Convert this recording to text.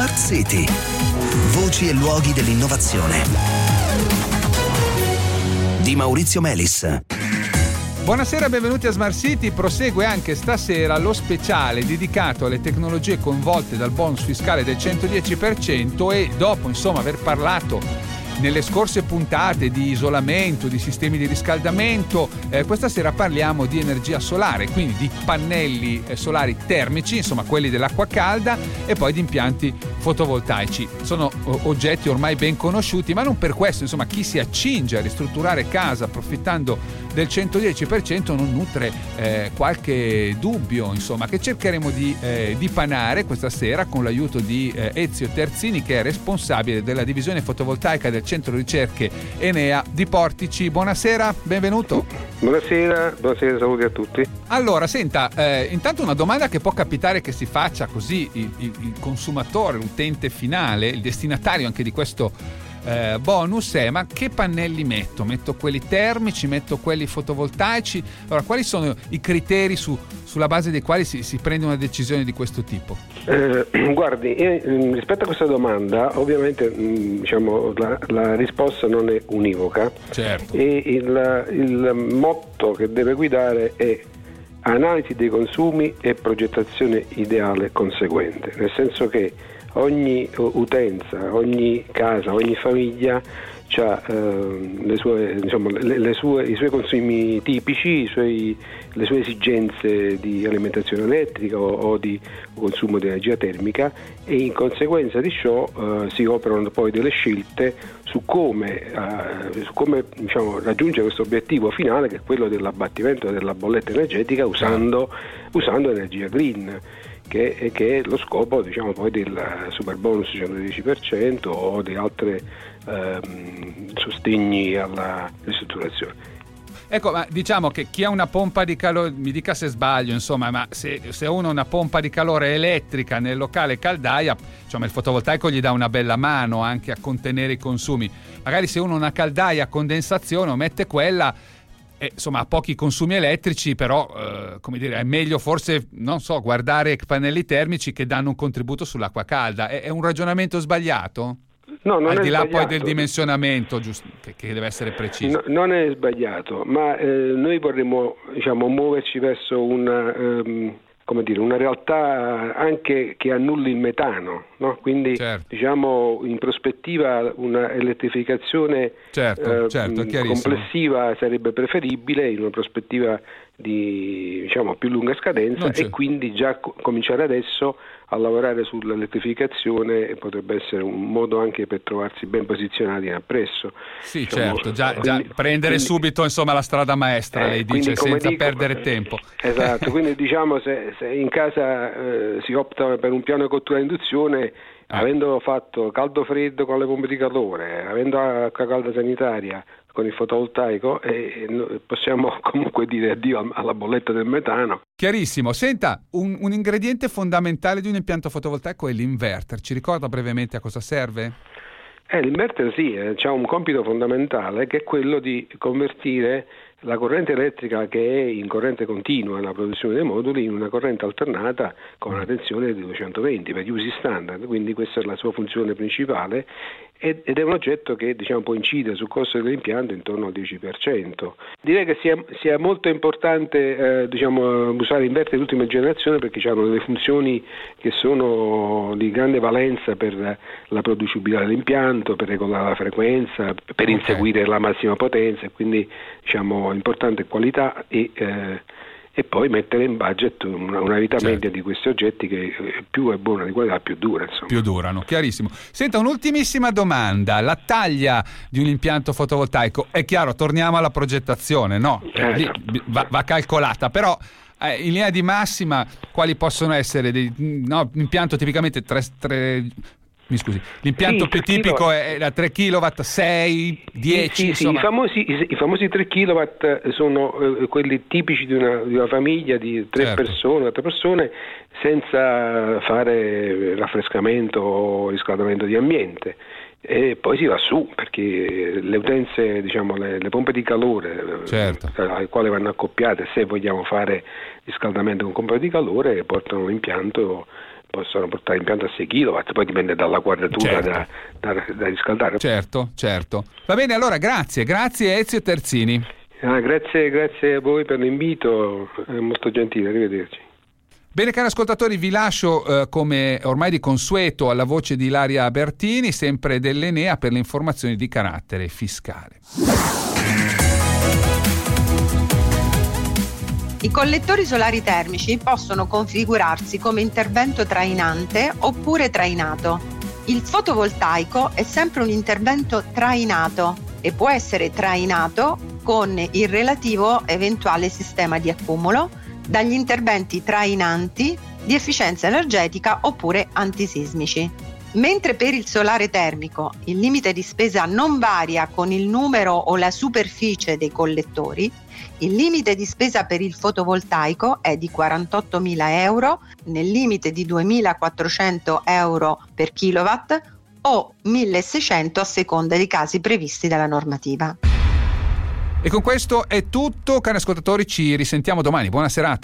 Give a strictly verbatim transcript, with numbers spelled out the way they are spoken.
Smart City. Voci e luoghi dell'innovazione. Di Maurizio Melis. Buonasera e benvenuti a Smart City. Prosegue anche stasera lo speciale dedicato alle tecnologie coinvolte dal bonus fiscale del centodieci per cento e dopo insomma aver parlato nelle scorse puntate di isolamento, di sistemi di riscaldamento, eh, questa sera parliamo di energia solare, quindi di pannelli eh, solari termici, insomma quelli dell'acqua calda, e poi di impianti fotovoltaici. Sono o- oggetti ormai ben conosciuti, ma non per questo, insomma, chi si accinge a ristrutturare casa approfittando del centodieci per cento non nutre eh, qualche dubbio, insomma, che cercheremo di eh, dipanare questa sera con l'aiuto di eh, Ezio Terzini, che è responsabile della divisione fotovoltaica del Centro Ricerche Enea di Portici. Buonasera, benvenuto. Buonasera, buonasera, saluti a tutti. Allora, senta, eh, intanto una domanda che può capitare che si faccia così il, il, il consumatore, l'utente finale, il destinatario anche di questo eh, bonus è: ma che pannelli metto? Metto quelli termici, metto quelli fotovoltaici? Allora, quali sono i criteri su, sulla base dei quali si, si prende una decisione di questo tipo? Eh, guardi, eh, rispetto a questa domanda, ovviamente mh, diciamo la, la risposta non è univoca. Certo. E il, il motto che deve guidare è analisi dei consumi e progettazione ideale conseguente, nel senso che ogni utenza, ogni casa, ogni famiglia ha eh, le sue, insomma, le, le sue, i suoi consumi tipici, i suoi, le sue esigenze di alimentazione elettrica o, o di consumo di energia termica, e in conseguenza di ciò eh, si operano poi delle scelte su come, eh, su come diciamo, raggiungere questo obiettivo finale, che è quello dell'abbattimento della bolletta energetica usando, usando energia green, che è, che è lo scopo, diciamo, poi del super bonus centodieci per cento o di altre ehm, sostegni alla ristrutturazione. Ecco, ma diciamo che chi ha una pompa di calore, mi dica se sbaglio, insomma, ma se, se uno ha una pompa di calore elettrica nel locale caldaia, insomma, il fotovoltaico gli dà una bella mano anche a contenere i consumi. Magari se uno ha una caldaia a condensazione o mette quella, eh, insomma, ha pochi consumi elettrici, però, eh, come dire, è meglio forse, non so, guardare pannelli termici che danno un contributo sull'acqua calda. È, è un ragionamento sbagliato? No, non Al è di là sbagliato. poi del dimensionamento, giusto, che, che deve essere preciso. No, non è sbagliato, ma eh, noi vorremmo, diciamo, muoverci verso una, ehm, come dire, una realtà anche che annulli il metano, no? Quindi certo. diciamo in prospettiva una elettrificazione certo, eh, certo, complessiva sarebbe preferibile, in una prospettiva di, diciamo, più lunga scadenza, e quindi già co- cominciare adesso a lavorare sull'elettrificazione potrebbe essere un modo anche per trovarsi ben posizionati in appresso. Sì, diciamo, certo, già, quindi, già prendere quindi, subito insomma la strada maestra, eh, lei dice, senza dico, perdere tempo. Esatto, quindi diciamo se, se in casa eh, si opta per un piano di cottura a induzione, eh. avendo fatto caldo-freddo con le pompe di calore, avendo acqua calda sanitaria con il fotovoltaico, e possiamo comunque dire addio alla bolletta del metano. Chiarissimo. Senta, un, un ingrediente fondamentale di un impianto fotovoltaico è l'inverter. Ci ricorda brevemente a cosa serve? Eh, l'inverter sì, eh, c'ha un compito fondamentale, che è quello di convertire la corrente elettrica, che è in corrente continua nella produzione dei moduli, in una corrente alternata con una tensione di duecentoventi per gli usi standard. Quindi questa è la sua funzione principale, ed è un oggetto che, diciamo, può incidere sul costo dell'impianto intorno al dieci per cento. Direi che sia, sia molto importante eh, diciamo, usare inverter di ultima generazione, perché hanno delle funzioni che sono di grande valenza per la producibilità dell'impianto, per regolare la frequenza, per okay. inseguire la massima potenza, e quindi, diciamo, importante qualità e eh, e poi mettere in budget una, una vita certo. media di questi oggetti, che più è buona di qualità più dura, insomma. Più durano, chiarissimo. Senta, un'ultimissima domanda: la taglia di un impianto fotovoltaico, è chiaro, torniamo alla progettazione, no? Eh, Lì va, va calcolata, però eh, in linea di massima quali possono essere dei, no, impianto tipicamente tre, tre mi scusi, l'impianto sì, più tipico è da tre chilowatt, sei, dieci, sì, sì, sì, i famosi, i, i famosi tre chilowatt sono eh, quelli tipici di una, di una famiglia di tre certo. persone, quattro persone, senza fare raffrescamento o riscaldamento di ambiente. E poi si va su, perché le utenze, diciamo, le, le pompe di calore certo. alle quali vanno accoppiate, se vogliamo fare riscaldamento con pompe di calore, portano un impianto possono portare impianto a sei chilowatt, poi dipende dalla quadratura, certo, da, da, da riscaldare. Certo, certo. Va bene, allora grazie, grazie Ezio Terzini. Ah, grazie, grazie a voi per l'invito, è molto gentile, arrivederci. Bene cari ascoltatori, vi lascio eh, come ormai di consueto alla voce di Ilaria Bertini, sempre dell'Enea, per le informazioni di carattere fiscale. I collettori solari termici possono configurarsi come intervento trainante oppure trainato. Il fotovoltaico è sempre un intervento trainato e può essere trainato con il relativo eventuale sistema di accumulo dagli interventi trainanti di efficienza energetica oppure antisismici. Mentre per il solare termico il limite di spesa non varia con il numero o la superficie dei collettori, il limite di spesa per il fotovoltaico è di quarantottomila euro nel limite di duemilaquattrocento euro per kilowatt o milleseicento a seconda dei casi previsti dalla normativa. E con questo è tutto, cari ascoltatori, ci risentiamo domani. Buona serata.